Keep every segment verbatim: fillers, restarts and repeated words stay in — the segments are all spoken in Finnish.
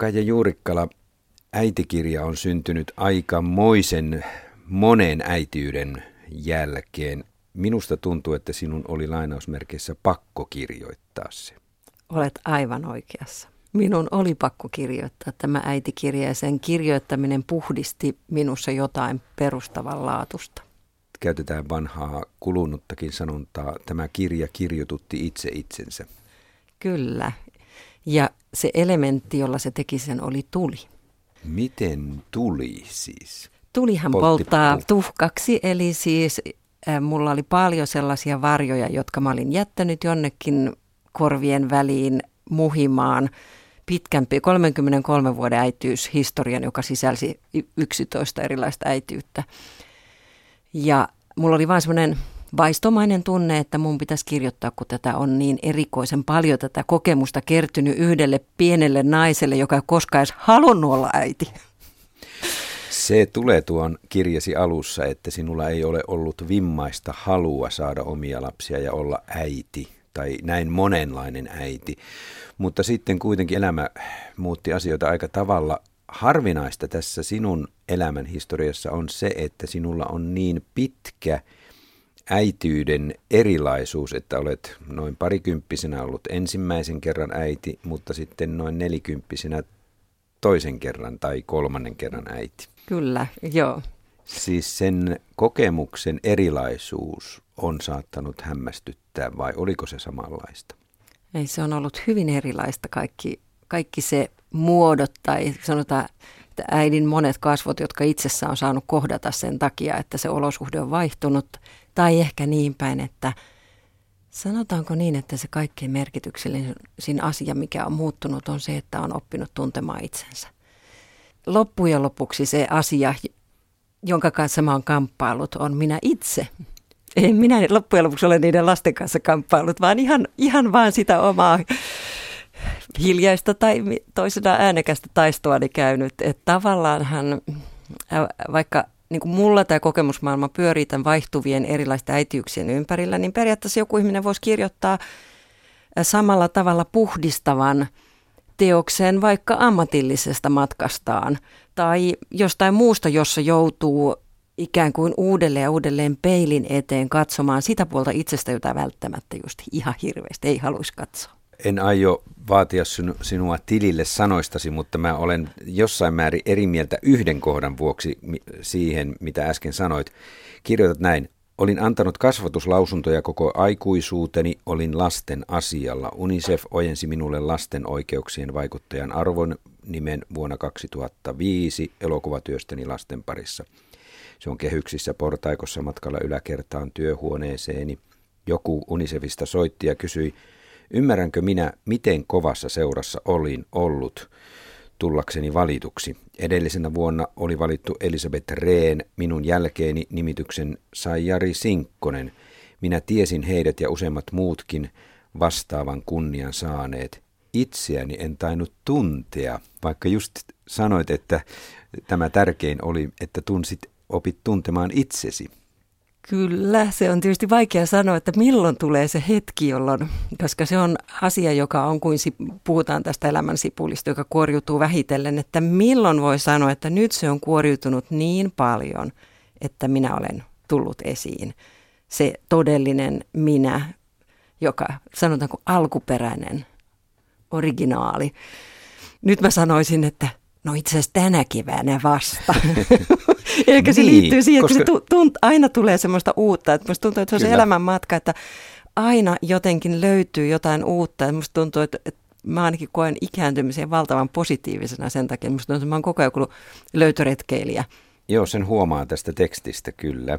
Kaija Juurikkala, äitikirja on syntynyt aikamoisen monen äitiyden jälkeen. Minusta tuntuu, että sinun oli lainausmerkeissä pakko kirjoittaa se. Olet aivan oikeassa. Minun oli pakko kirjoittaa tämä äitikirja ja sen kirjoittaminen puhdisti minussa jotain perustavanlaatuista. Käytetään vanhaa kulunuttakin sanontaa, tämä kirja kirjoitutti itse itsensä. Kyllä. Ja se elementti, jolla se teki sen, oli tuli. Miten tuli siis? Tulihan Poltti polttaa puu. tuhkaksi, eli siis äh, mulla oli paljon sellaisia varjoja, jotka mä olin jättänyt jonnekin korvien väliin muhimaan pitkän, kolmekymmentäkolme vuoden äitiyshistorian, joka sisälsi yksitoista erilaista äitiyttä. Ja mulla oli vaan semmoinen vaistomainen tunne, että mun pitäisi kirjoittaa, kun tätä on niin erikoisen paljon tätä kokemusta kertynyt yhdelle pienelle naiselle, joka ei koskaan edes halunnut olla äiti. Se tulee tuon kirjasi alussa, että sinulla ei ole ollut vimmaista halua saada omia lapsia ja olla äiti tai näin monenlainen äiti. Mutta sitten kuitenkin elämä muutti asioita aika tavalla. Harvinaista tässä sinun elämän historiassa on se, että sinulla on niin pitkä äityyden erilaisuus, että olet noin parikymppisenä ollut ensimmäisen kerran äiti, mutta sitten noin nelikymppisenä toisen kerran tai kolmannen kerran äiti. Kyllä, joo. Siis sen kokemuksen erilaisuus on saattanut hämmästyttää vai oliko se samanlaista? Ei, se on ollut hyvin erilaista kaikki, kaikki se muodot tai sanotaan, että äidin monet kasvot, jotka itsessä on saanut kohdata sen takia, että se olosuhde on vaihtunut. Tai ehkä niin päin, että sanotaanko niin, että se kaikkein merkityksellisin asia, mikä on muuttunut, on se, että on oppinut tuntemaan itsensä. Loppujen lopuksi se asia, jonka kanssa mä oon kamppaillut, on minä itse. En minä loppujen lopuksi ole niiden lasten kanssa kamppaillut, vaan ihan, ihan vaan sitä omaa hiljaista tai toisena äänekästä taistoani käynyt. Että tavallaanhan vaikka niin kuin mulla tämä kokemusmaailma pyörii tämän vaihtuvien erilaisten äitiyksien ympärillä, niin periaatteessa joku ihminen voisi kirjoittaa samalla tavalla puhdistavan teoksen vaikka ammatillisesta matkastaan tai jostain muusta, jossa joutuu ikään kuin uudelleen ja uudelleen peilin eteen katsomaan sitä puolta itsestä, jota välttämättä just ihan hirveästi ei haluaisi katsoa. En aio vaatia sinua tilille sanoistasi, mutta mä olen jossain määrin eri mieltä yhden kohdan vuoksi siihen, mitä äsken sanoit. Kirjoitat näin. Olin antanut kasvatuslausuntoja koko aikuisuuteni, olin lasten asialla. UNICEF ojensi minulle lasten oikeuksien vaikuttajan arvon nimen vuonna kaksituhattaviisi elokuvatyöstäni lasten parissa. Se on kehyksissä portaikossa matkalla yläkertaan työhuoneeseeni. Joku UNICEFista soitti ja kysyi, ymmärränkö minä, miten kovassa seurassa olin ollut tullakseni valituksi. Edellisenä vuonna oli valittu Elisabeth Rehn, minun jälkeeni nimityksen sai Jari Sinkkonen. Minä tiesin heidät ja useimmat muutkin vastaavan kunnian saaneet. Itseäni en tainnut tuntea, vaikka just sanoit, että tämä tärkein oli, että tunsit, opit tuntemaan itsesi. Kyllä, se on tietysti vaikea sanoa, että milloin tulee se hetki, jolloin, koska se on asia, joka on kuin puhutaan tästä elämän sipulista, joka kuoriutuu vähitellen, että milloin voi sanoa, että nyt se on kuoriutunut niin paljon, että minä olen tullut esiin. Se todellinen minä, joka sanotaanko alkuperäinen, originaali. Nyt mä sanoisin, että no itse asiassa tänä keväänä vasta. Eikä se niin, liittyy siihen, koska että se tunt, aina tulee semmoista uutta. Että musta tuntuu, että se on se elämänmatka, että aina jotenkin löytyy jotain uutta. Musta tuntuu, että, että mä ainakin koen ikääntymisen valtavan positiivisena sen takia. Musta tuntuu, että mä oon koko ajan ollut löytöretkeilijä. Joo, sen huomaa tästä tekstistä kyllä.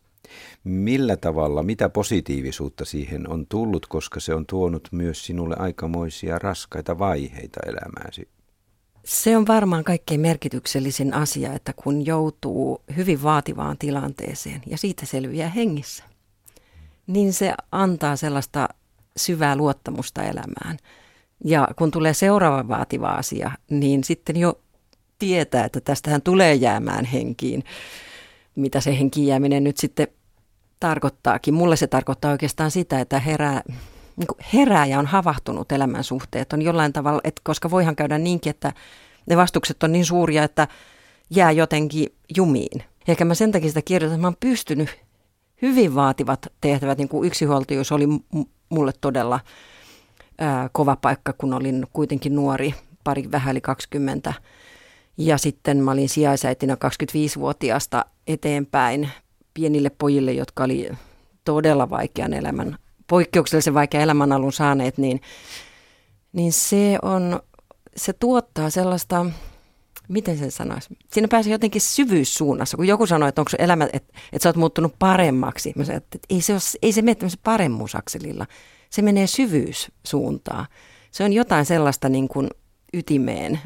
Millä tavalla, mitä positiivisuutta siihen on tullut, koska se on tuonut myös sinulle aikamoisia raskaita vaiheita elämääsi? Se on varmaan kaikkein merkityksellisin asia, että kun joutuu hyvin vaativaan tilanteeseen ja siitä selviää hengissä, niin se antaa sellaista syvää luottamusta elämään. Ja kun tulee seuraava vaativa asia, niin sitten jo tietää, että tästähän tulee jäämään henkiin. Mitä se henkiin jääminen nyt sitten tarkoittaakin. Mulle se tarkoittaa oikeastaan sitä, että herää, niin herää ja on havahtunut elämän suhteet. On jollain tavalla, että koska voihan käydä niinkin, että ne vastukset on niin suuria, että jää jotenkin jumiin. Ehkä mä sen takia sitä kirjoitan, että mä oon pystynyt hyvin vaativat tehtävät, niin kuin yksinhuoltajuus oli mulle todella ää, kova paikka, kun olin kuitenkin nuori, pari vähän yli kaksikymmentä. Ja sitten mä olin sijaisäitinä kaksikymmentäviisivuotiaasta eteenpäin pienille pojille, jotka oli todella vaikean elämän, poikkeuksellisen vaikean elämänalun saaneet, niin, niin se on, se tuottaa sellaista, miten sen sanoisi, siinä pääsee jotenkin syvyyssuunnassa, kun joku sanoo, että onko sun elämä, että, että sä oot muuttunut paremmaksi. Mä sanon, että ei se, ole, ei se mene tämmöisen paremmuusakselilla, se menee syvyyssuuntaan. Se on jotain sellaista niin kuin ytimeen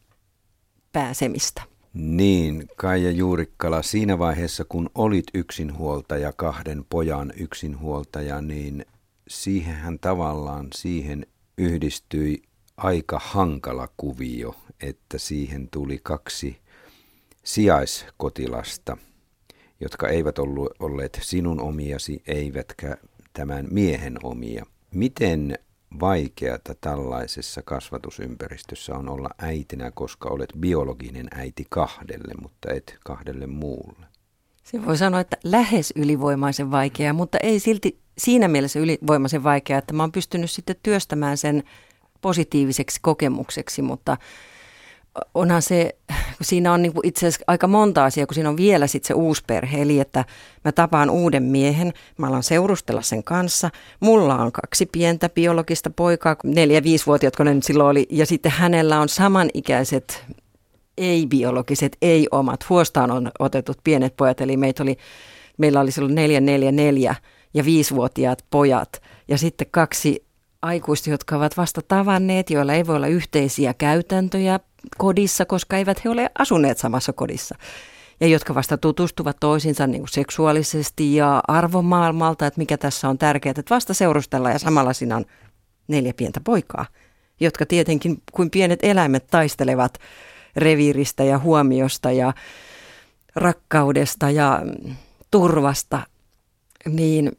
pääsemistä. Niin, Kaija Juurikkala, siinä vaiheessa kun olit yksinhuoltaja, kahden pojan yksinhuoltaja, niin siihenhän tavallaan siihen yhdistyi aika hankala kuvio, että siihen tuli kaksi sijaiskotilasta, jotka eivät ollut olleet sinun omiasi, eivätkä tämän miehen omia. Miten vaikeata tällaisessa kasvatusympäristössä on olla äitinä, koska olet biologinen äiti kahdelle, mutta et kahdelle muulle? Se voi sanoa, että lähes ylivoimaisen vaikeaa, mutta ei silti siinä mielessä ylivoimaisen vaikeaa, että mä oon pystynyt sitten työstämään sen positiiviseksi kokemukseksi, mutta onhan se, kun siinä on niin kuin itse asiassa aika monta asiaa, kun siinä on vielä sitten se uusi perhe, eli että mä tapaan uuden miehen, mä alan seurustella sen kanssa, mulla on kaksi pientä biologista poikaa, neljä-viisivuotiaat, kun ne nyt silloin oli, ja sitten hänellä on samanikäiset ei-biologiset, ei-omat, huostaan on otetut pienet pojat, eli meitä oli, meillä oli silloin neljä, neljä, neljä ja viisivuotiaat pojat, ja sitten kaksi aikuista, jotka ovat vasta tavanneet, joilla ei voi olla yhteisiä käytäntöjä kodissa, koska eivät he ole asuneet samassa kodissa. Ja jotka vasta tutustuvat toisiinsa niin kuin seksuaalisesti ja arvomaailmalta, että mikä tässä on tärkeää, että vasta seurustellaan ja samalla siinä on neljä pientä poikaa, jotka tietenkin kuin pienet eläimet taistelevat reviiristä ja huomiosta ja rakkaudesta ja turvasta, niin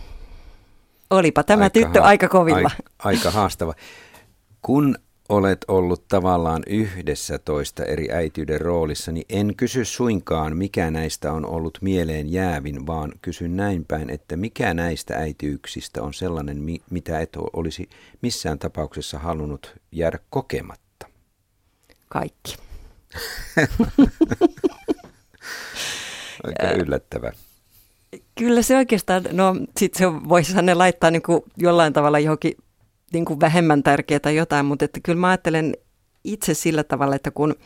olipa tämä aika tyttö ha- aika kovilla. Aika, aika haastava. Kun olet ollut tavallaan yhdessä toista eri äitiyden roolissa, niin en kysy suinkaan, mikä näistä on ollut mieleen jäävin, vaan kysyn näin päin, että mikä näistä äitiyksistä on sellainen, mitä et olisi missään tapauksessa halunnut jäädä kokematta? Kaikki. Aika yllättävä. Kyllä se oikeastaan, no sitten se voisi ne laittaa niin kuin jollain tavalla johonkin niin kuin vähemmän tärkeää tai jotain, mutta että kyllä mä ajattelen itse sillä tavalla, että kun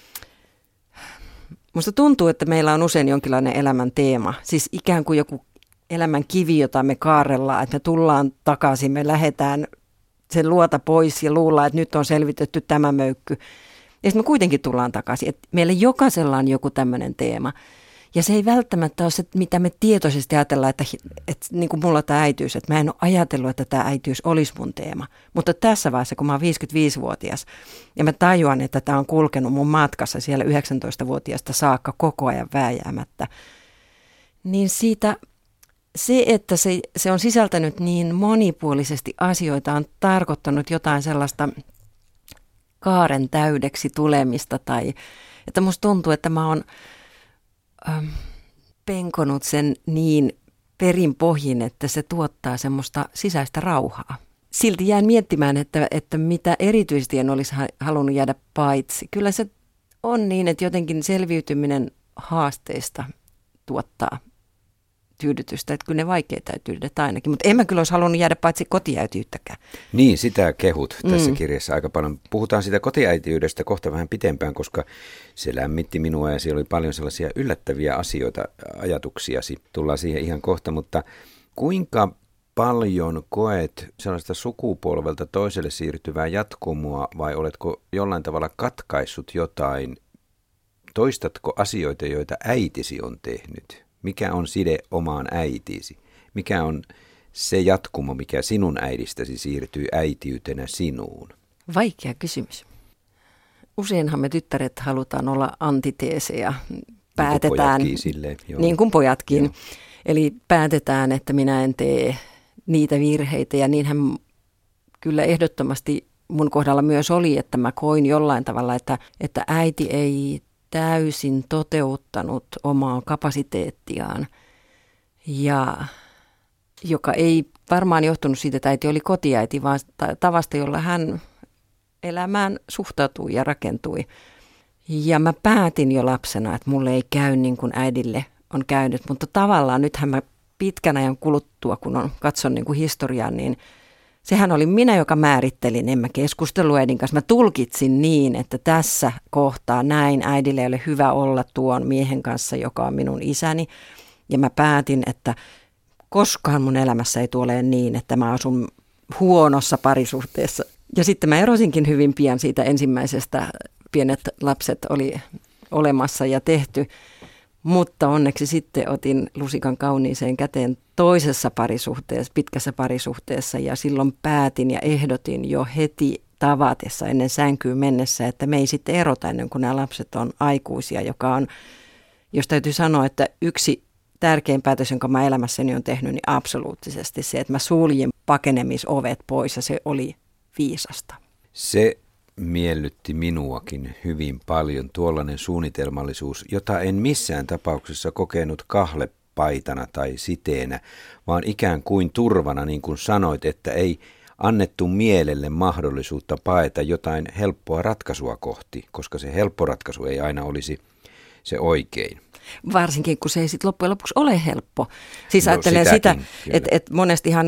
musta tuntuu, että meillä on usein jonkinlainen elämän teema, siis ikään kuin joku elämän kivi, jota me kaarellaan, että me tullaan takaisin, me lähdetään sen luota pois ja luullaan, että nyt on selvitetty tämä möykky. Ja sitten me kuitenkin tullaan takaisin, että meillä jokaisella on joku tämmöinen teema. Ja se ei välttämättä ole se, mitä me tietoisesti ajatellaan, että, että niin kuin mulla tämä äitiys, että mä en ole ajatellut, että tämä äitiys olisi mun teema. Mutta tässä vaiheessa, kun mä oon viisikymmentäviisivuotias ja mä tajuan, että tämä on kulkenut mun matkassa siellä yhdeksäntoistavuotiaasta saakka koko ajan vääjäämättä, niin siitä se, että se, se on sisältänyt niin monipuolisesti asioita, on tarkoittanut jotain sellaista kaaren täydeksi tulemista tai että musta tuntuu, että mä oon ähm, penkonut sen niin perinpohjin, että se tuottaa semmoista sisäistä rauhaa. Silti jään miettimään, että, että mitä erityisesti en olisi halunnut jäädä paitsi. Kyllä se on niin, että jotenkin selviytyminen haasteista tuottaa tyydytystä, että kyllä ne vaikeita tyydytä ainakin, mutta en mä kyllä olisi halunnut jäädä paitsi kotiäitiyttäkään. Niin, sitä kehut tässä Mm. kirjassa aika paljon. Puhutaan siitä kotiäitiydestä kohta vähän pitempään, koska se lämmitti minua ja siellä oli paljon sellaisia yllättäviä asioita, ajatuksiasi. Tullaan siihen ihan kohta, mutta kuinka paljon koet sellaista sukupolvelta toiselle siirtyvää jatkumoa vai oletko jollain tavalla katkaissut jotain? Toistatko asioita, joita äitisi on tehnyt? Mikä on side omaan äitiisi? Mikä on se jatkumo, mikä sinun äidistäsi siirtyy äitiytenä sinuun? Vaikea kysymys. Useinhan me tyttäret halutaan olla antiteeseja. Päätetään, niin kuin silleen, joo. niin kuin pojatkin. Joo. Eli päätetään, että minä en tee niitä virheitä ja niinhän kyllä ehdottomasti mun kohdalla myös oli, että mä koin jollain tavalla, että, että äiti ei täysin toteuttanut omaa kapasiteettiaan, ja joka ei varmaan johtunut siitä, että äiti oli kotiäiti, vaan tavasta, jolla hän elämään suhtautui ja rakentui. Ja mä päätin jo lapsena, että mulle ei käy niin kuin äidille on käynyt, mutta tavallaan nythän mä pitkän ajan kuluttua, kun on katson niin kuin historiaa, niin sehän oli minä, joka määrittelin, en mä keskustellut äidin kanssa. Mä tulkitsin niin, että tässä kohtaa näin äidille ei ole hyvä olla tuon miehen kanssa, joka on minun isäni. Ja mä päätin, että koskaan mun elämässä ei tule niin, että mä asun huonossa parisuhteessa. Ja sitten mä erosinkin hyvin pian siitä ensimmäisestä. Pienet lapset oli olemassa ja tehty, mutta onneksi sitten otin lusikan kauniiseen käteen toisessa parisuhteessa, pitkässä parisuhteessa, ja silloin päätin ja ehdotin jo heti tavatessa ennen sänkyyn mennessä, että me ei sitten erota ennen kuin nämä lapset on aikuisia, joka on, jos täytyy sanoa, että yksi tärkein päätös, jonka mä elämässäni on tehnyt, niin absoluuttisesti se, että mä suljin pakenemisovet pois, ja se oli viisasta. Se miellytti minuakin hyvin paljon, tuollainen suunnitelmallisuus, jota en missään tapauksessa kokenut kahlepaitana tai siteenä, vaan ikään kuin turvana, niin kuin sanoit, että ei annettu mielelle mahdollisuutta paeta jotain helppoa ratkaisua kohti, koska se helppo ratkaisu ei aina olisi se oikein. Varsinkin, kun se ei sitten loppujen lopuksi ole helppo. Siis no, ajattelen sitä, että et monestihan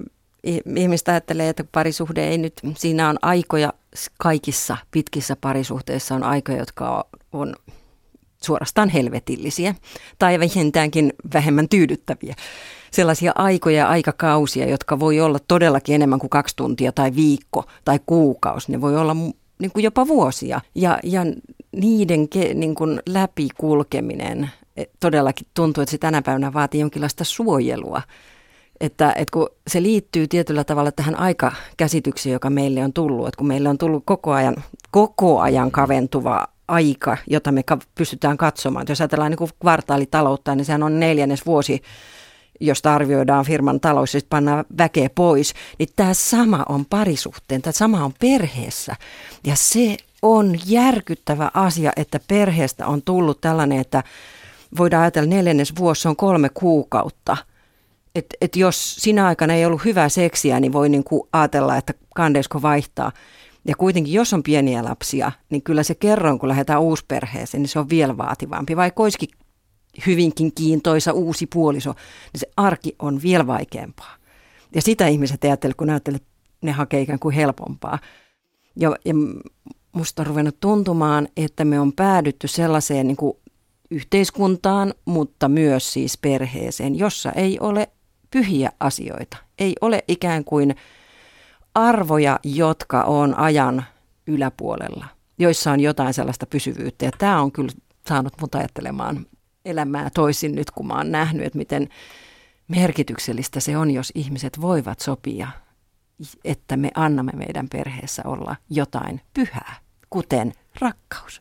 ihmistä ajattelee, että parisuhde ei nyt, siinä on aikoja, kaikissa pitkissä parisuhteissa on aikoja, jotka on suorastaan helvetillisiä tai vähintäänkin vähemmän tyydyttäviä. Sellaisia aikoja ja aikakausia, jotka voi olla todellakin enemmän kuin kaksi tuntia tai viikko tai kuukausi. Ne voi olla niin kuin jopa vuosia, ja, ja niiden ke, niin kuin läpikulkeminen todellakin tuntuu, että se tänä päivänä vaatii jonkinlaista suojelua. Että, että kun se liittyy tietyllä tavalla tähän aikakäsitykseen, joka meille on tullut, että kun meille on tullut koko ajan, koko ajan kaventuva aika, jota me pystytään katsomaan. Että jos ajatellaan niin kuin kvartaalitaloutta, niin sehän on neljännes vuosi, josta arvioidaan firman talous ja sitten pannaan väkeä pois. Niin tämä sama on parisuhteen, tämä sama on perheessä. Ja se on järkyttävä asia, että perheestä on tullut tällainen, että voidaan ajatella neljännes vuosi, on kolme kuukautta. Että et jos sinä aikana ei ollut hyvää seksiä, niin voi niinku ajatella, että kandeesko vaihtaa. Ja kuitenkin, jos on pieniä lapsia, niin kyllä se kerroin, kun lähdetään uusperheeseen, niin se on vielä vaativampi. Vaikka olisikin hyvinkin kiintoisa uusi puoliso, niin se arki on vielä vaikeampaa. Ja sitä ihmiset ajattelevat, kun ajattelee, että ne hakee ikään kuin helpompaa. Ja, ja musta on ruvennut tuntumaan, että me on päädytty sellaiseen niin kuin yhteiskuntaan, mutta myös siis perheeseen, jossa ei ole pyhiä asioita. Ei ole ikään kuin arvoja, jotka on ajan yläpuolella, joissa on jotain sellaista pysyvyyttä. Ja tämä on kyllä saanut mut ajattelemaan elämää toisin nyt, kun mä oon nähnyt, että miten merkityksellistä se on, jos ihmiset voivat sopia, että me annamme meidän perheessä olla jotain pyhää, kuten rakkaus.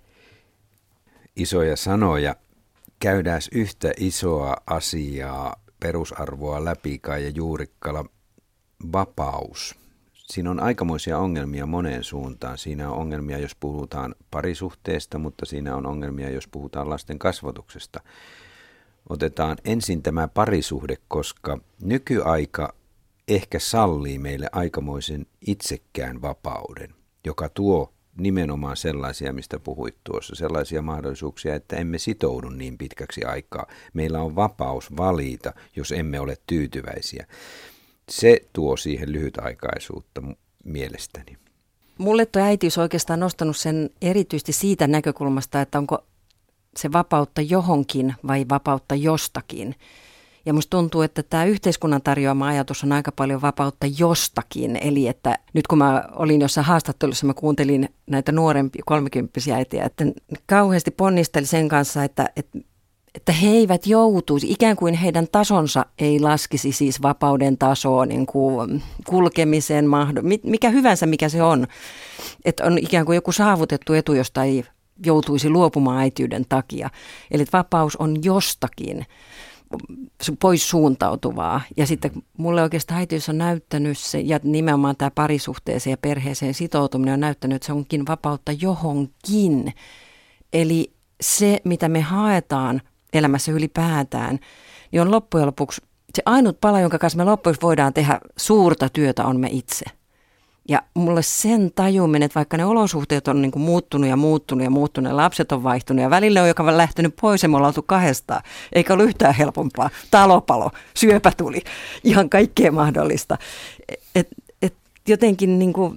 Isoja sanoja. Käydään yhtä isoa asiaa, perusarvoa läpi, Kaija Juurikkala, vapaus. Siinä on aikamoisia ongelmia moneen suuntaan. Siinä on ongelmia, jos puhutaan parisuhteesta, mutta siinä on ongelmia, jos puhutaan lasten kasvatuksesta. Otetaan ensin tämä parisuhde, koska nykyaika ehkä sallii meille aikamoisen itsekkään vapauden, joka tuo nimenomaan sellaisia, mistä puhuit tuossa, sellaisia mahdollisuuksia, että emme sitoudu niin pitkäksi aikaa. Meillä on vapaus valita, jos emme ole tyytyväisiä. Se tuo siihen lyhytaikaisuutta mielestäni. Mulle tuo äitiys oikeastaan nostanut sen erityisesti siitä näkökulmasta, että onko se vapautta johonkin vai vapautta jostakin. Ja musta tuntuu, että tämä yhteiskunnan tarjoama ajatus on aika paljon vapautta jostakin. Eli että nyt kun mä olin jossain haastattelussa, mä kuuntelin näitä nuorempia kolmekymppisiä äitiä, että kauheasti ponnisteli sen kanssa, että, että, että he eivät joutuisi, ikään kuin heidän tasonsa ei laskisi siis vapauden tasoa, niin kuin kulkemisen mahdollisuus, mikä hyvänsä mikä se on. Että on ikään kuin joku saavutettu etu, josta ei joutuisi luopumaan äitiyden takia. Eli vapaus on jostakin. pois suuntautuvaa. Ja sitten mulle oikeastaan äitiys on näyttänyt se, ja nimenomaan tämä parisuhteeseen ja perheeseen sitoutuminen on näyttänyt, että se onkin vapautta johonkin. Eli se, mitä me haetaan elämässä ylipäätään, niin on loppujen lopuksi se ainut pala, jonka kanssa me loppujen voidaan tehdä suurta työtä, on me itse. Ja mulle sen tajuminen, että vaikka ne olosuhteet on niin kuin muuttunut ja muuttunut ja muuttunut, ja lapset on vaihtunut ja välillä on joka lähtenyt pois ja me ollaan oltu kahdestaan, eikä ollut yhtään helpompaa. Talopalo, syöpä tuli, ihan kaikkea mahdollista. Et, et jotenkin niin kuin,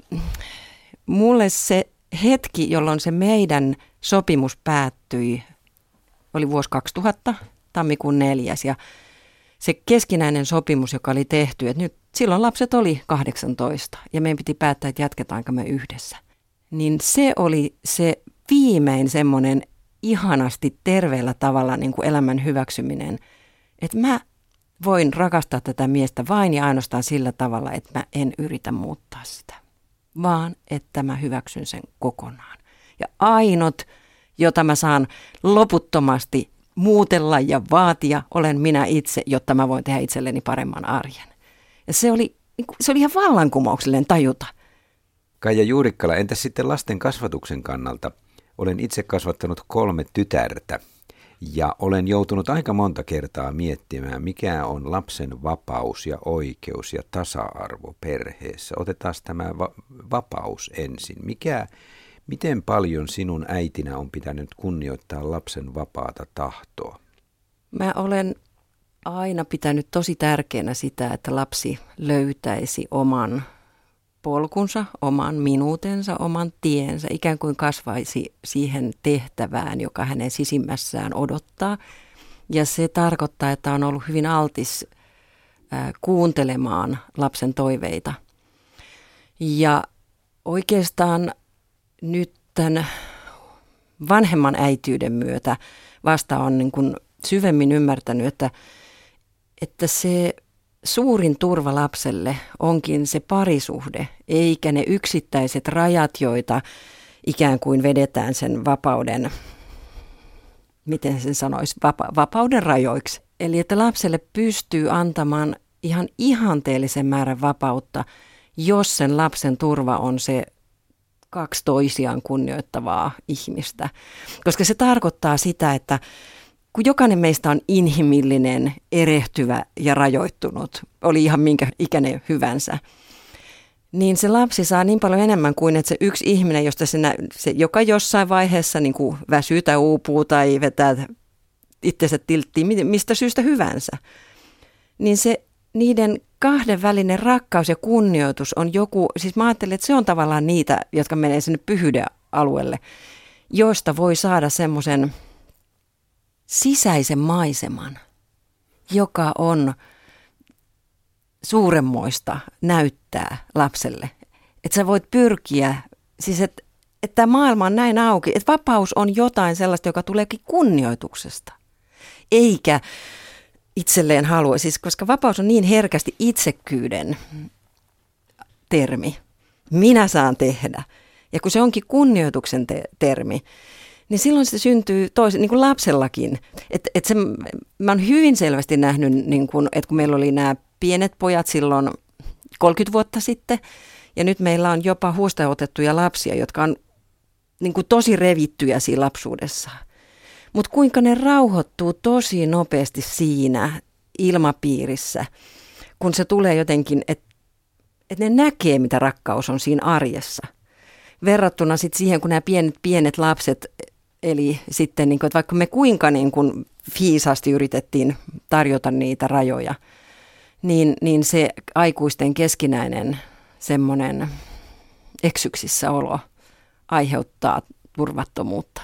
mulle se hetki, jolloin se meidän sopimus päättyi, oli vuosi kaksituhatta, tammikuun neljäs, ja se keskinäinen sopimus, joka oli tehty, että nyt silloin lapset oli kahdeksantoista ja meidän piti päättää, että jatketaanko me yhdessä. Niin se oli se viimein semmoinen ihanasti terveellä tavalla niin kuin elämän hyväksyminen, että mä voin rakastaa tätä miestä vain ja ainoastaan sillä tavalla, että mä en yritä muuttaa sitä, vaan että mä hyväksyn sen kokonaan. Ja ainut, jota mä saan loputtomasti muutella ja vaatia, olen minä itse, jotta mä voin tehdä itselleni paremman arjen. Ja se oli, se oli ihan vallankumouksellinen tajuta. Kaija Juurikkala, entäs sitten lasten kasvatuksen kannalta? Olen itse kasvattanut kolme tytärtä ja olen joutunut aika monta kertaa miettimään, mikä on lapsen vapaus ja oikeus ja tasa-arvo perheessä. Otetaan tämä va- vapaus ensin. Mikä, miten paljon sinun äitinä on pitänyt kunnioittaa lapsen vapaata tahtoa? Mä olen aina pitänyt tosi tärkeänä sitä, että lapsi löytäisi oman polkunsa, oman minuutensa, oman tiensä, ikään kuin kasvaisi siihen tehtävään, joka hänen sisimmässään odottaa. Ja se tarkoittaa, että on ollut hyvin altis äh, kuuntelemaan lapsen toiveita. Ja oikeastaan nyt tämän vanhemman äitiyden myötä vasta on niin kuin syvemmin ymmärtänyt, että, että se suurin turva lapselle onkin se parisuhde, eikä ne yksittäiset rajat, joita ikään kuin vedetään sen vapauden, miten sen sanoisi, vapa- vapauden rajoiksi. Eli että lapselle pystyy antamaan ihan ihanteellisen määrän vapautta, jos sen lapsen turva on se kaksi toisiaan kunnioittavaa ihmistä. Koska se tarkoittaa sitä, että kun jokainen meistä on inhimillinen, erehtyvä ja rajoittunut, oli ihan minkä ikäinen hyvänsä, niin se lapsi saa niin paljon enemmän kuin että se yksi ihminen, josta se, nä- se joka jossain vaiheessa niin kuin väsyy tai uupuu tai vetää itsensä tilttiin mistä syystä hyvänsä, niin se niiden kahden välinen rakkaus ja kunnioitus on joku, siis mä ajattelen, että se on tavallaan niitä, jotka menee sinne pyhyyden alueelle, joista voi saada semmoisen sisäisen maiseman, joka on suuremmoista näyttää lapselle. Että sä voit pyrkiä, siis että et tämä maailma on näin auki, että vapaus on jotain sellaista, joka tuleekin kunnioituksesta, eikä itselleen halua. Siis koska vapaus on niin herkästi itsekkyyden termi, minä saan tehdä. Ja kun se onkin kunnioituksen te- termi, niin silloin se syntyy toisen, niin kuin lapsellakin. Et, et se, mä oon hyvin selvästi nähnyt, niin kun, että kun meillä oli nämä pienet pojat silloin kolmekymmentä vuotta sitten, ja nyt meillä on jopa huostaan otettuja lapsia, jotka on niin kuin tosi revittyjä siinä lapsuudessaan. Mutta kuinka ne rauhoittuu tosi nopeasti siinä ilmapiirissä, kun se tulee jotenkin, että et ne näkee, mitä rakkaus on siinä arjessa. Verrattuna sitten siihen, kun nämä pienet, pienet lapset, eli sitten, niin kun, että vaikka me kuinka niin kun fiisaasti yritettiin tarjota niitä rajoja, niin, niin se aikuisten keskinäinen semmoinen eksyksissä olo aiheuttaa turvattomuutta.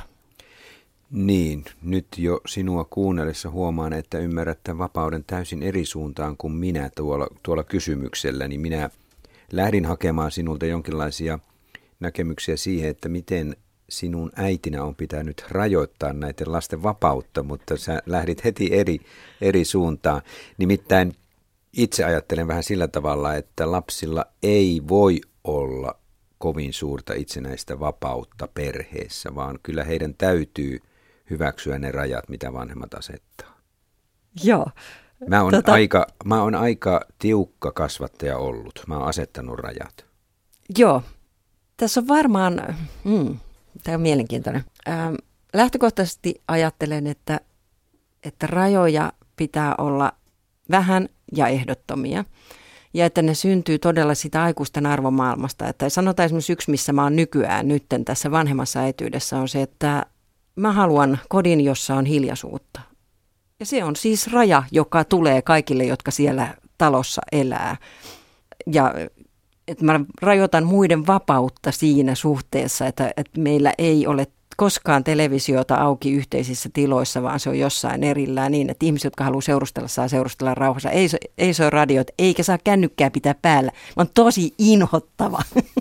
Niin, nyt jo sinua kuunnellessa huomaan, että ymmärrät tämän vapauden täysin eri suuntaan kuin minä tuolla, tuolla kysymyksellä, niin minä lähdin hakemaan sinulta jonkinlaisia näkemyksiä siihen, että miten sinun äitinä on pitänyt rajoittaa näiden lasten vapautta, mutta sä lähdit heti eri, eri suuntaan. Nimittäin itse ajattelen vähän sillä tavalla, että lapsilla ei voi olla kovin suurta itsenäistä vapautta perheessä, vaan kyllä heidän täytyy hyväksyä ne rajat, mitä vanhemmat asettaa. Joo. Mä oon, tota... aika, mä oon aika tiukka kasvattaja ollut. Mä oon asettanut rajat. Joo. Tässä on varmaan, hmm, tämä on mielenkiintoinen. Ähm, lähtökohtaisesti ajattelen, että, että rajoja pitää olla vähän ja ehdottomia. Ja että ne syntyy todella sitä aikuisten arvomaailmasta. Että sanotaan esimerkiksi yksi, missä mä oon nykyään nytten tässä vanhemmassa äityydessä, on se, että mä haluan kodin, jossa on hiljaisuutta. Ja se on siis raja, joka tulee kaikille, jotka siellä talossa elää. Ja että mä rajoitan muiden vapautta siinä suhteessa, että, että meillä ei ole koskaan televisiota auki yhteisissä tiloissa, vaan se on jossain erillään niin, että ihmiset, jotka haluaa seurustella, saa seurustella rauhassa. Ei, ei se ole radiot, eikä saa kännykkää pitää päällä. Mä oon tosi inhottava.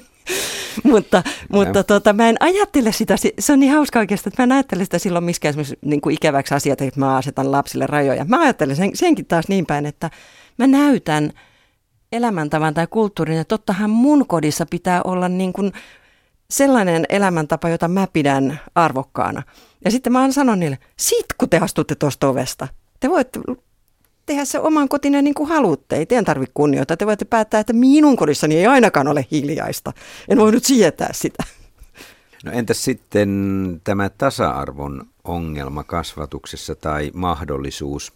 mutta mutta tota, mä en ajattele sitä, se on niin hauska oikeastaan, että mä en ajattele sitä silloin miskään esimerkiksi niin kuin ikäväksi asiat, että mä asetan lapsille rajoja. Mä ajattelen sen, senkin taas niin päin, että mä näytän elämäntavan tai kulttuurin, ja tottahan mun kodissa pitää olla niin kuin sellainen elämäntapa, jota mä pidän arvokkaana. Ja sitten mä aina sanon niille, sit kun te astutte tuosta ovesta, te voitte tehdä se oman kotinen niin kuin haluatte, ei teidän tarvitse kunnioittaa. Te voitte päättää, että minun kodissani ei ainakaan ole hiljaista. En voi nyt sietää sitä. No entäs sitten tämä tasa-arvon ongelma kasvatuksessa tai mahdollisuus?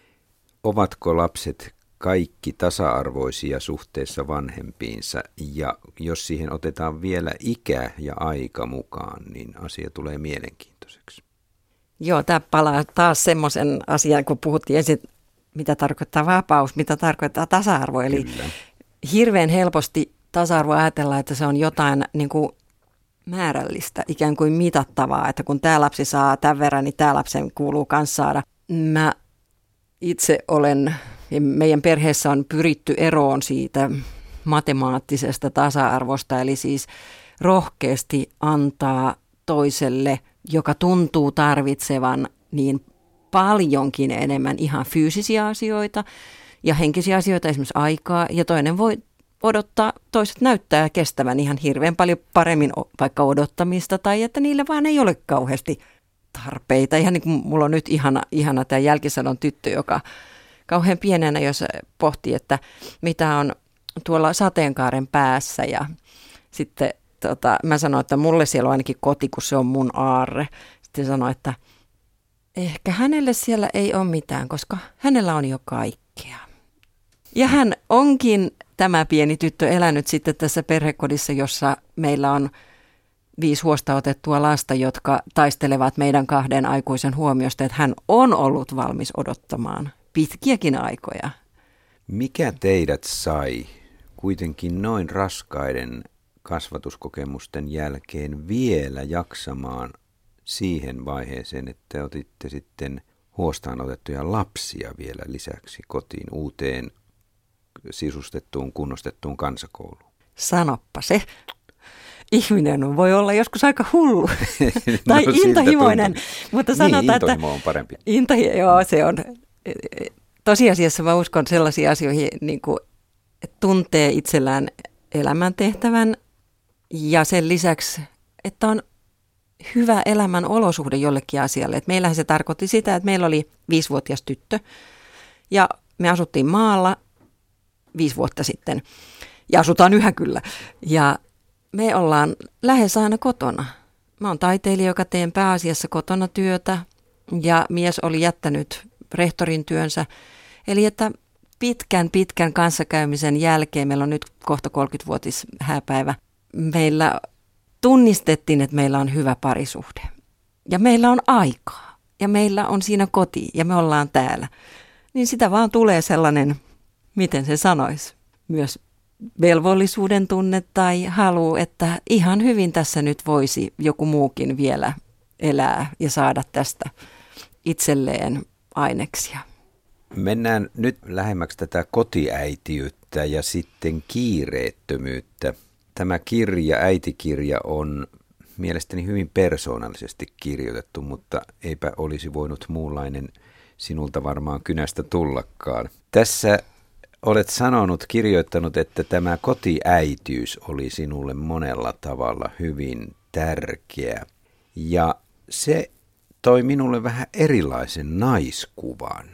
Ovatko lapset kaikki tasa-arvoisia suhteessa vanhempiinsa, ja jos siihen otetaan vielä ikä ja aika mukaan, niin asia tulee mielenkiintoiseksi. Joo, tämä palaa taas semmoisen asian, kun puhuttiin ensin, mitä tarkoittaa vapaus, mitä tarkoittaa tasa-arvo. Eli Kyllä. hirveän helposti tasa-arvo ajatellaan, että se on jotain niin kuin määrällistä, ikään kuin mitattavaa, että kun tämä lapsi saa tämän verran, niin tämä lapsen kuuluu myös saada. Mä itse olen... Meidän perheessä on pyritty eroon siitä matemaattisesta tasa-arvosta, eli siis rohkeasti antaa toiselle, joka tuntuu tarvitsevan niin paljonkin enemmän ihan fyysisiä asioita ja henkisiä asioita, esimerkiksi aikaa, ja toinen voi odottaa, toiset näyttää kestävän ihan hirveän paljon paremmin vaikka odottamista, tai että niille vaan ei ole kauheasti tarpeita. Ihan niin kuin mulla on nyt ihana, ihana tämä jälkisadon tyttö, joka kauhean pienenä, jos pohtii, että mitä on tuolla sateenkaaren päässä, ja sitten tota, mä sanoin, että mulle siellä on ainakin koti, kun se on mun aarre. Sitten sanoin, että ehkä hänelle siellä ei ole mitään, koska hänellä on jo kaikkea. Ja hän onkin, tämä pieni tyttö, elänyt sitten tässä perhekodissa, jossa meillä on viisi huosta otettua lasta, jotka taistelevat meidän kahden aikuisen huomiosta, että hän on ollut valmis odottamaan pitkiäkin aikoja. Mikä teidät sai kuitenkin noin raskaiden kasvatuskokemusten jälkeen vielä jaksamaan siihen vaiheeseen, että otitte sitten huostaan otettuja lapsia vielä lisäksi kotiin uuteen sisustettuun, kunnostettuun kansakouluun? Sanoppa se. Ihminen voi olla joskus aika hullu tai no, intohimoinen, mutta sanotaan, niin, intohimo että on parempi. Intohimo, joo, se on. Tosiasiassa mä uskon sellaisiin asioihin, niin kuin, että tuntee itsellään elämäntehtävän ja sen lisäksi, että on hyvä elämän olosuhde jollekin asialle. Et meillähän se tarkoitti sitä, että meillä oli viisivuotias tyttö ja me asuttiin maalla viisi vuotta sitten ja asutaan yhä kyllä. Ja me ollaan lähes aina kotona. Mä oon taiteilija, joka teen pääasiassa kotona työtä ja mies oli jättänyt rehtorin työnsä. Eli että pitkän pitkän kanssakäymisen jälkeen, meillä on nyt kohta kolmekymmenvuotis hääpäivä, meillä tunnistettiin, että meillä on hyvä parisuhde. Ja meillä on aikaa. Ja meillä on siinä koti. Ja me ollaan täällä. Niin sitä vaan tulee sellainen, miten se sanoisi, myös velvollisuuden tunne tai halu, että ihan hyvin tässä nyt voisi joku muukin vielä elää ja saada tästä itselleen aineksia. Mennään nyt lähemmäksi tätä kotiäitiyttä ja sitten kiireettömyyttä. Tämä kirja, äitikirja, on mielestäni hyvin persoonallisesti kirjoitettu, mutta eipä olisi voinut muunlainen sinulta varmaan kynästä tullakaan. Tässä olet sanonut, kirjoittanut, että tämä kotiäitiys oli sinulle monella tavalla hyvin tärkeä. Ja se toi minulle vähän erilaisen naiskuvan.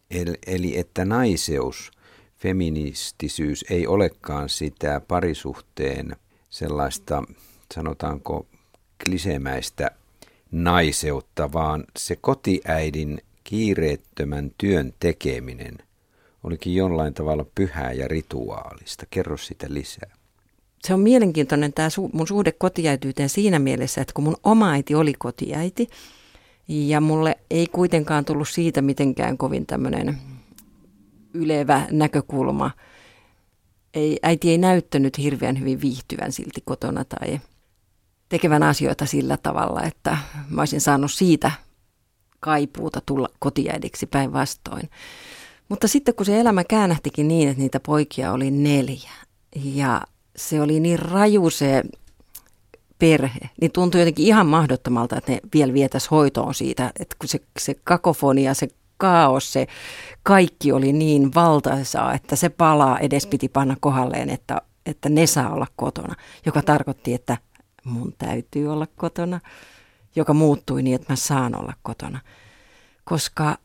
Eli, eli että naiseus, feministisyys ei olekaan sitä parisuhteen sellaista, sanotaanko, kliseemäistä naiseutta, vaan se kotiäidin kiireettömän työn tekeminen olikin jollain tavalla pyhää ja rituaalista. Kerro sitä lisää. Se on mielenkiintoinen tämä mun suhde kotiäityyteen siinä mielessä, että kun mun oma äiti oli kotiäiti ja mulle ei kuitenkaan tullut siitä mitenkään kovin tämmöinen ylevä näkökulma. Ei, äiti ei näyttänyt hirveän hyvin viihtyvän silti kotona tai tekevän asioita sillä tavalla, että mä olisin saanut siitä kaipuuta tulla kotiäidiksi päinvastoin. Mutta sitten kun se elämä käännähtikin niin, että niitä poikia oli neljä ja se oli niin raju se perhe, niin tuntui jotenkin ihan mahdottomalta, että ne vielä vietäisi hoitoon siitä, että kun se, se kakofonia, se kaos, se kaikki oli niin valtaisaa, että se palaa edes piti panna kohdalleen, että, että ne saa olla kotona, joka tarkoitti, että mun täytyy olla kotona, joka muuttui niin, että mä saan olla kotona, koska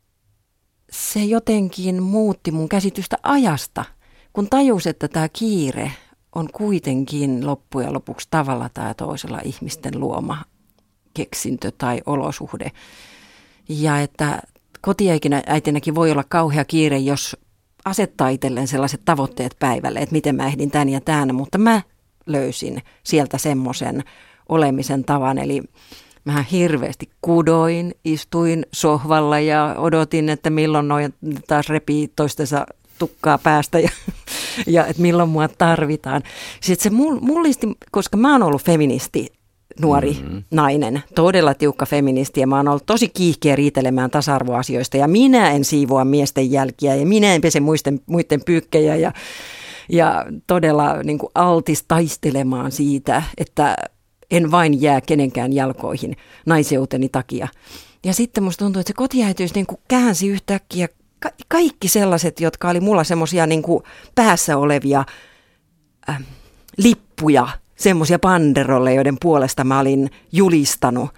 se jotenkin muutti mun käsitystä ajasta, kun tajus, että tämä kiire on kuitenkin loppujen lopuksi tavalla tai toisella ihmisten luoma keksintö tai olosuhde. Ja että kotiäitinäkin voi olla kauhea kiire, jos asettaa itselleen sellaiset tavoitteet päivälle, että miten mä ehdin tän ja tän, mutta mä löysin sieltä semmoisen olemisen tavan, eli mä hirveästi kudoin, istuin sohvalla ja odotin, että milloin noin taas repii toistensa tukkaa päästä ja, ja että milloin mua tarvitaan. Sitten se mullisti, koska mä oon ollut feministi, nuori mm-hmm. nainen, todella tiukka feministi ja mä oon ollut tosi kiihkeä riitelemään tasa-arvoasioista ja minä en siivoa miesten jälkiä ja minä en pese muisten, muiden pyykkejä ja, ja todella niin kuin altis taistelemaan siitä, että en vain jää kenenkään jalkoihin naiseuteni takia. Ja sitten musta tuntuu, että se kotiäitiys niin kuin käänsi yhtäkkiä ka- kaikki sellaiset, jotka oli mulla semmoisia niin kuin päässä olevia äh, lippuja, semmoisia banderolle, joiden puolesta mä olin julistanut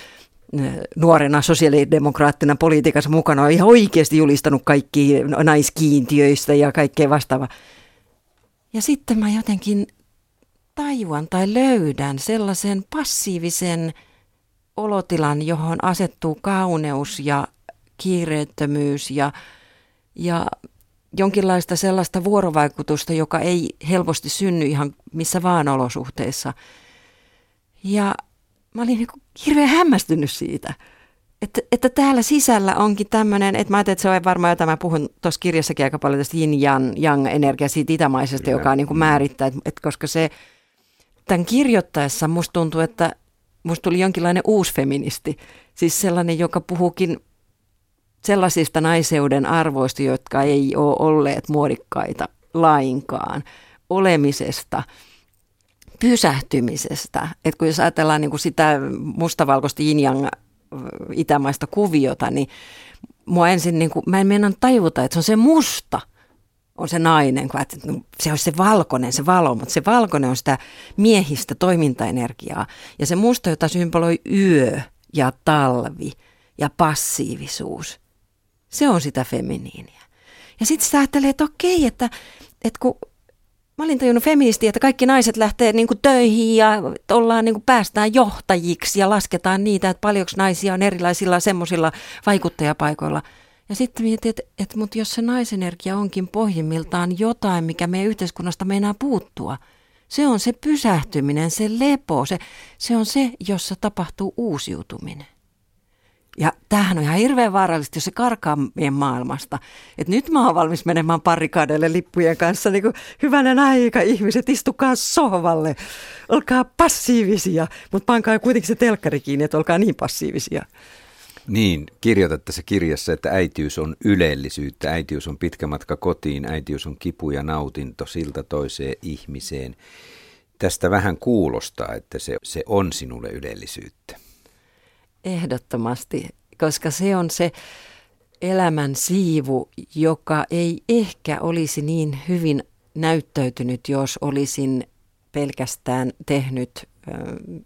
nuorena sosiaalidemokraattina politiikassa mukana. Olen ihan oikeasti julistanut kaikki naiskiintiöistä ja kaikkea vastaavaa. Ja sitten mä jotenkin tajuan tai löydän sellaisen passiivisen olotilan, johon asettuu kauneus ja kiireettömyys ja, ja jonkinlaista sellaista vuorovaikutusta, joka ei helposti synny ihan missä vaan olosuhteissa. Ja mä olin niin kuin hirveän hämmästynyt siitä, että, että täällä sisällä onkin tämmöinen, että mä ajattelin, että se on varmaan jota mä puhun tuossa kirjassakin aika paljon tästä yin-yang-energia siitä itämaisesta, Kyllä. joka niin kuin määrittää, että, että koska se tämän kirjoittaessa musta tuntuu, että musta tuli jonkinlainen uusi feministi, siis sellainen, joka puhuukin sellaisista naiseuden arvoista, jotka ei ole olleet muodikkaita lainkaan, olemisesta, pysähtymisestä. Että kun jos ajatellaan niin kuin sitä mustavalkoista yin-yang itämaista kuviota, niin mua ensin, niin kuin, mä en mennä tajuta, että se on se musta, on se nainen, kun että se olisi se valkoinen, se valo, mutta se valkoinen on sitä miehistä toimintaenergiaa. Ja se musta, jota symboloi yö ja talvi ja passiivisuus, se on sitä feminiiniä. Ja sitten sitä ajattelee, että okei, että, että kun mä olin tajunnut feministiä, että kaikki naiset lähtee niin kuin töihin ja ollaan, niin kuin päästään johtajiksi ja lasketaan niitä, että paljonko naisia on erilaisilla semmoisilla vaikuttajapaikoilla. Ja sitten mietin, että, että mutta jos se naisenergia onkin pohjimmiltaan jotain, mikä meidän yhteiskunnasta meinaa puuttua, se on se pysähtyminen, se lepo, se, se on se, jossa tapahtuu uusiutuminen. Ja tämähän on ihan hirveän vaarallista, jos se karkaa meidän maailmasta. Että nyt mä oon valmis menemään parikaadeille lippujen kanssa. Niin kuin, hyvänen aika, ihmiset, istukaa sohvalle. Olkaa passiivisia, mutta pankaa kuitenkin se telkkari kiinni, että olkaa niin passiivisia. Niin, kirjoitat tässä kirjassa, että äitiys on ylellisyyttä, äitiys on pitkä matka kotiin, äitiys on kipu ja nautinto siltä toiseen ihmiseen. Tästä vähän kuulostaa, että se, se on sinulle ylellisyyttä. Ehdottomasti, koska se on se elämän siivu, joka ei ehkä olisi niin hyvin näyttäytynyt, jos olisin pelkästään tehnyt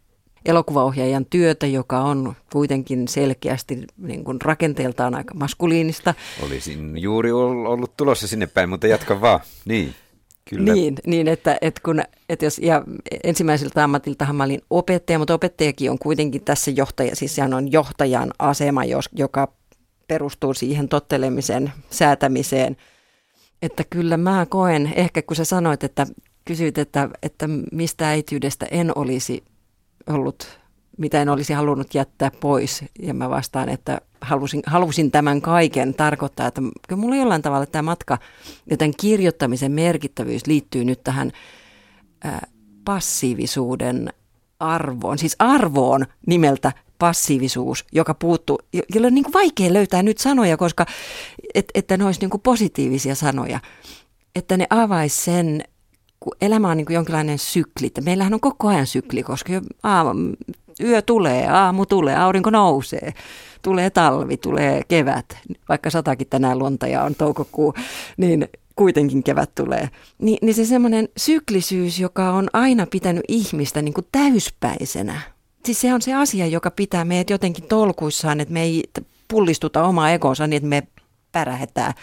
elokuvaohjaajan työtä, joka on kuitenkin selkeästi niin kuin rakenteeltaan aika maskuliinista. Olisin juuri ollut tulossa sinne päin, mutta jatka vaan. Niin, kyllä. Niin, niin että, että, kun, että jos, ja ensimmäiseltä ammatiltahan mä olin opettaja, mutta opettajakin on kuitenkin tässä johtaja, siis sehän on johtajan asema, jos, joka perustuu siihen tottelemisen, säätämiseen. Että kyllä mä koen, ehkä kun sä sanoit, että kysyit, että, että mistä äitiydestä en olisi ollut, mitä en olisi halunnut jättää pois. Ja mä vastaan, että halusin, halusin tämän kaiken tarkoittaa, että kyllä mulla jollain tavalla tämä matka ja tämän kirjoittamisen merkittävyys liittyy nyt tähän ää, passiivisuuden arvoon. Siis arvoon nimeltä passiivisuus, joka puuttuu, jolla on niin kuin vaikea löytää nyt sanoja, koska et, että ne olisi niin kuin positiivisia sanoja, että ne avaisi sen, kun elämä on niin kuin jonkinlainen sykli, että meillähän on koko ajan sykli, koska aamu, yö tulee, aamu tulee, aurinko nousee, tulee talvi, tulee kevät, vaikka satakin tänään lunta ja on toukokuu, niin kuitenkin kevät tulee. Ni, niin se semmoinen syklisyys, joka on aina pitänyt ihmistä niin kuin täyspäisenä. Siis se on se asia, joka pitää meidät jotenkin tolkuissaan, että me ei pullistuta omaa egonsa niin, että me pärähetään.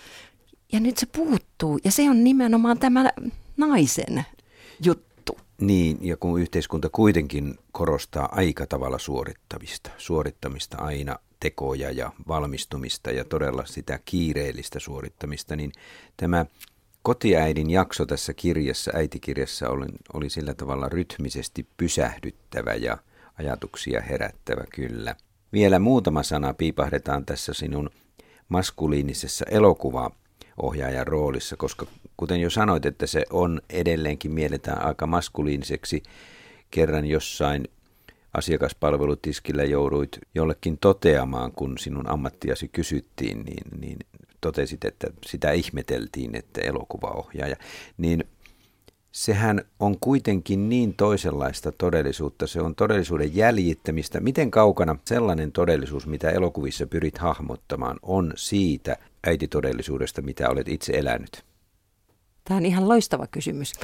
Ja nyt se puuttuu, ja se on nimenomaan tämä naisen juttu. Niin, ja kun yhteiskunta kuitenkin korostaa aika tavalla suorittamista, suorittamista aina tekoja ja valmistumista ja todella sitä kiireellistä suorittamista, niin tämä kotiäidin jakso tässä kirjassa, äitikirjassa oli, oli sillä tavalla rytmisesti pysähdyttävä ja ajatuksia herättävä kyllä. Vielä muutama sana piipahdetaan tässä sinun maskuliinisessa elokuvaohjaajan roolissa, koska kuten jo sanoit, että se on edelleenkin mielletään aika maskuliiniseksi. Kerran jossain asiakaspalvelutiskillä jouduit jollekin toteamaan, kun sinun ammattiasi kysyttiin, niin, niin totesit, että sitä ihmeteltiin, että elokuvaohjaaja. Niin sehän on kuitenkin niin toisenlaista todellisuutta. Se on todellisuuden jäljittämistä. Miten kaukana sellainen todellisuus, mitä elokuvissa pyrit hahmottamaan, on siitä äititodellisuudesta, mitä olet itse elänyt? Tämä on ihan loistava kysymys,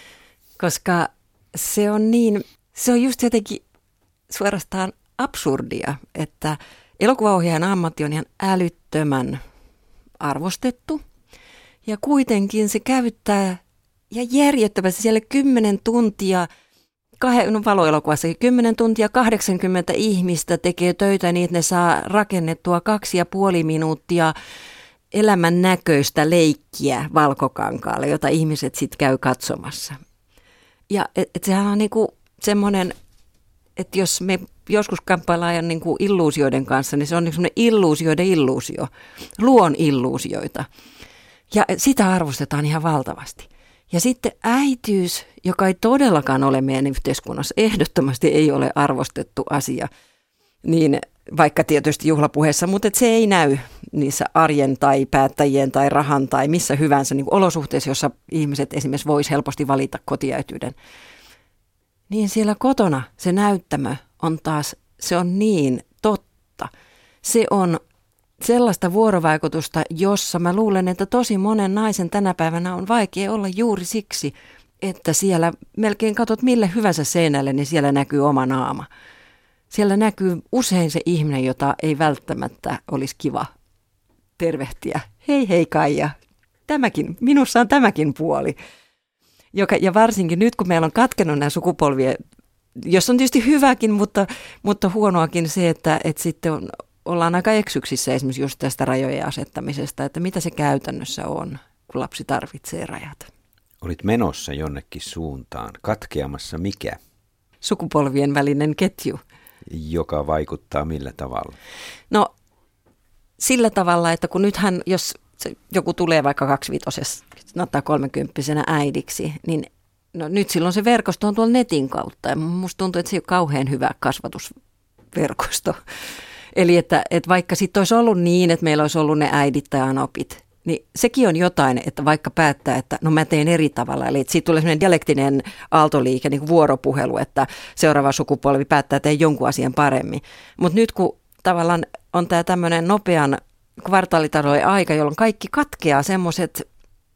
koska se on niin, se on just jotenkin suorastaan absurdia, että elokuvaohjaajan ammatti on ihan älyttömän arvostettu ja kuitenkin se käyttää ja järjettömästi siellä kymmenen tuntia, kah- no valoelokuvassa kymmenen tuntia kahdeksankymmentä ihmistä tekee töitä niin, että ne saa rakennettua kaksi ja puoli minuuttia elämän näköistä leikkiä valkokankaalle, jota ihmiset sitten käy katsomassa. Ja et, et sehän on niinku semmoinen, että jos me joskus kamppaillaan niinku illuusioiden kanssa, niin se on semmoinen illuusioiden illuusio, luon illuusioita. Ja sitä arvostetaan ihan valtavasti. Ja sitten äitiys, joka ei todellakaan ole meidän yhteiskunnassa, ehdottomasti ei ole arvostettu asia, niin vaikka tietysti juhlapuheessa, mutta se ei näy niissä arjen tai päättäjien tai rahan tai missä hyvänsä niin olosuhteissa, jossa ihmiset esimerkiksi vois helposti valita kotiäityyden. Niin siellä kotona se näyttämö on taas, se on niin totta. Se on sellaista vuorovaikutusta, jossa mä luulen, että tosi monen naisen tänä päivänä on vaikea olla juuri siksi, että siellä melkein katot mille hyvänsä seinälle, niin siellä näkyy oma naama. Siellä näkyy usein se ihminen, jota ei välttämättä olisi kiva tervehtiä. Hei hei Kaija, tämäkin, minussa on tämäkin puoli. Joka, ja varsinkin nyt, kun meillä on katkenut nämä sukupolvia, jos on tietysti hyväkin, mutta, mutta huonoakin se, että, että sitten on, ollaan aika eksyksissä esimerkiksi just tästä rajojen asettamisesta, että mitä se käytännössä on, kun lapsi tarvitsee rajat. Olit menossa jonnekin suuntaan, katkeamassa mikä? Sukupolvien välinen ketju. Joka vaikuttaa millä tavalla? No sillä tavalla, että kun nythän, jos joku tulee vaikka kaksivitosessa, ottaa kolmekymppisenä äidiksi, niin no nyt silloin se verkosto on tuolla netin kautta. Ja musta tuntuu, että se ei ole kauhean hyvä kasvatusverkosto. Eli että, että vaikka sitten olisi ollut niin, että meillä olisi ollut ne äidit tai anopit, niin sekin on jotain, että vaikka päättää, että no mä teen eri tavalla. Eli siitä tulee sellainen dialektinen aaltoliike, niin kuin vuoropuhelu, että seuraava sukupolvi päättää tehdä jonkun asian paremmin. Mutta nyt kun tavallaan on tämä tämmöinen nopean kvartaalitalouden aika, jolloin kaikki katkeaa semmoiset,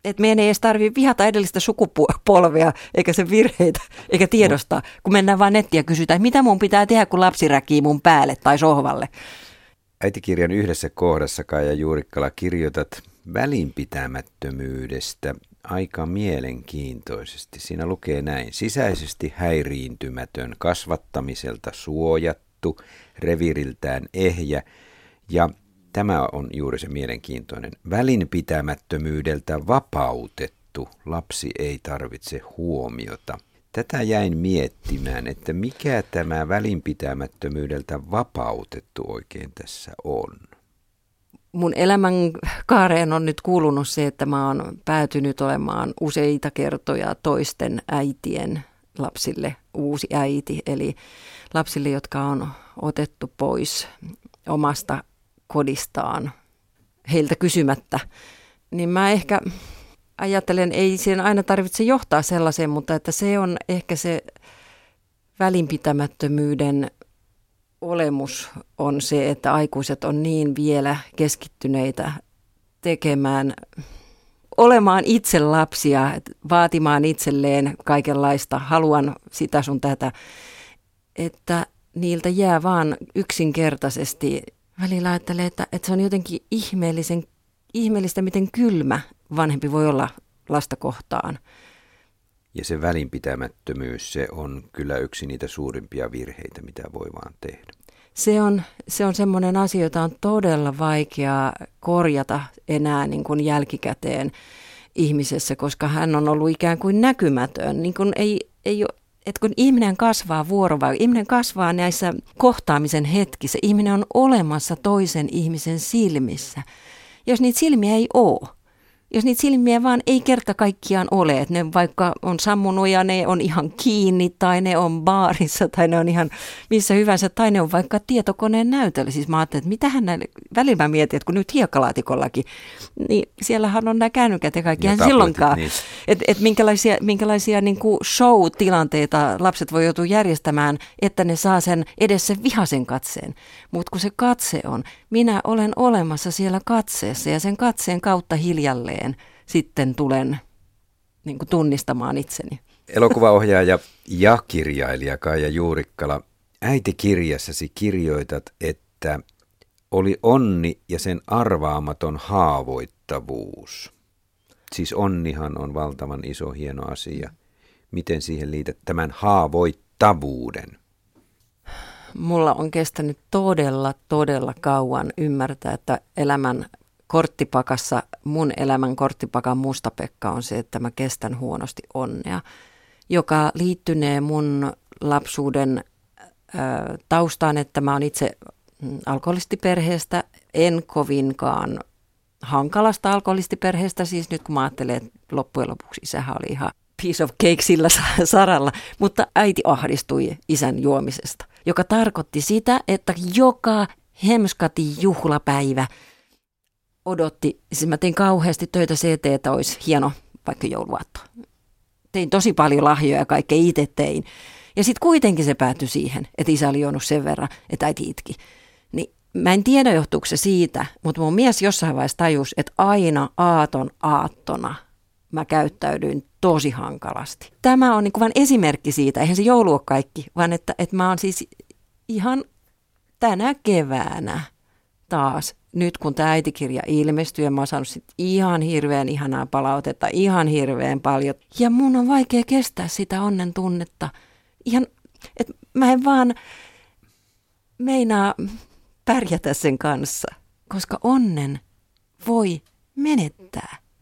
että meidän ei edes tarvitse vihata edellistä sukupolvea, eikä sen virheitä, eikä tiedostaa, kun mennään vaan nettiin ja kysytään, mitä mun pitää tehdä, kun lapsi räkii mun päälle tai sohvalle. Äitikirjan yhdessä kohdassa, Kaija Juurikkala, kirjoitat välinpitämättömyydestä aika mielenkiintoisesti. Siinä lukee näin: sisäisesti häiriintymätön, kasvattamiselta suojattu, reviiriltään ehjä, ja tämä on juuri se mielenkiintoinen. Välinpitämättömyydeltä vapautettu, lapsi ei tarvitse huomiota. Tätä jäin miettimään, että mikä tämä välinpitämättömyydeltä vapautettu oikein tässä on. Mun elämän kaareen on nyt kuulunut se, että mä oon päätynyt olemaan useita kertoja toisten äitien lapsille uusi äiti. Eli lapsille, jotka on otettu pois omasta kodistaan heiltä kysymättä. Niin mä ehkä ajattelen, ei sen aina tarvitse johtaa sellaiseen, mutta että se on ehkä se välinpitämättömyyden olemus on se, että aikuiset on niin vielä keskittyneitä tekemään, olemaan itse lapsia, vaatimaan itselleen kaikenlaista, haluan sitä sun tätä, että niiltä jää vaan yksinkertaisesti. Välillä ajattelee, että, että se on jotenkin ihmeellisen, ihmeellistä, miten kylmä vanhempi voi olla lasta kohtaan. Ja se välinpitämättömyys, se on kyllä yksi niitä suurimpia virheitä, mitä voi vaan tehdä. Se on, se on semmoinen asia, jota on todella vaikea korjata enää niin kuin jälkikäteen ihmisessä, koska hän on ollut ikään kuin näkymätön. Niin kuin ei, ei ole, että kun ihminen kasvaa vuorovaikutuksessa, ihminen kasvaa näissä kohtaamisen hetkissä, ihminen on olemassa toisen ihmisen silmissä. Jos niitä silmiä ei ole, jos niitä silmiä vaan ei kerta kaikkiaan ole, että ne vaikka on sammunut ja ne on ihan kiinni tai ne on baarissa tai ne on ihan missä hyvänsä tai ne on vaikka tietokoneen näytöllä. Siis mä ajattelin, että mitähän näille, välillä mä mietin, että kun nyt hiekkalaatikollakin, niin siellähän on nämä kännykät ja kaikki, eihän silloinkaan. Niin. Että et minkälaisia, minkälaisia niin kuin show-tilanteita lapset voi joutua järjestämään, että ne saa sen edes sen vihaisen katseen. Mutta kun se katse on, minä olen olemassa siellä katseessa ja sen katseen kautta hiljalleen sitten tulen niin kuin tunnistamaan itseni. Elokuvaohjaaja ja kirjailija Kaija Juurikkala, äitikirjassasi kirjoitat, että oli onni ja sen arvaamaton haavoittavuus. Siis onnihan on valtavan iso hieno asia. Miten siihen liität tämän haavoittavuuden? Mulla on kestänyt todella, todella kauan ymmärtää, että elämän korttipakassa, mun elämän korttipakan mustapekka on se, että mä kestän huonosti onnea, joka liittynee mun lapsuuden ö, taustaan, että mä oon itse alkoholistiperheestä, en kovinkaan hankalasta alkoholistiperheestä, siis nyt kun mä ajattelen, että loppujen lopuksi isähän oli ihan piece of cake sillä saralla, mutta äiti ahdistui isän juomisesta, joka tarkoitti sitä, että joka hemskati juhlapäivä odotti, siis mä tein kauheasti töitä C T, että olisi hieno vaikka jouluaatto. Tein tosi paljon lahjoja ja kaikkea itse tein. Ja sitten kuitenkin se päätyi siihen, että isä oli juonut sen verran, että äiti itki. Niin mä en tiedä, johtuuko se siitä, mutta mun mies jossain vaiheessa tajusi, että aina aaton aattona mä käyttäydyin tosi hankalasti. Tämä on niin kuin vain esimerkki siitä, eihän se joulu ole kaikki, vaan että, että mä oon siis ihan tänä keväänä taas, nyt kun tämä äitikirja ilmestyi ja mä oon saanut sit ihan hirveän ihanaa palautetta, ihan hirveän paljon. Ja mun on vaikea kestää sitä onnen tunnetta. Ihan, että mä en vaan meinaa pärjätä sen kanssa, koska onnen voi menettää.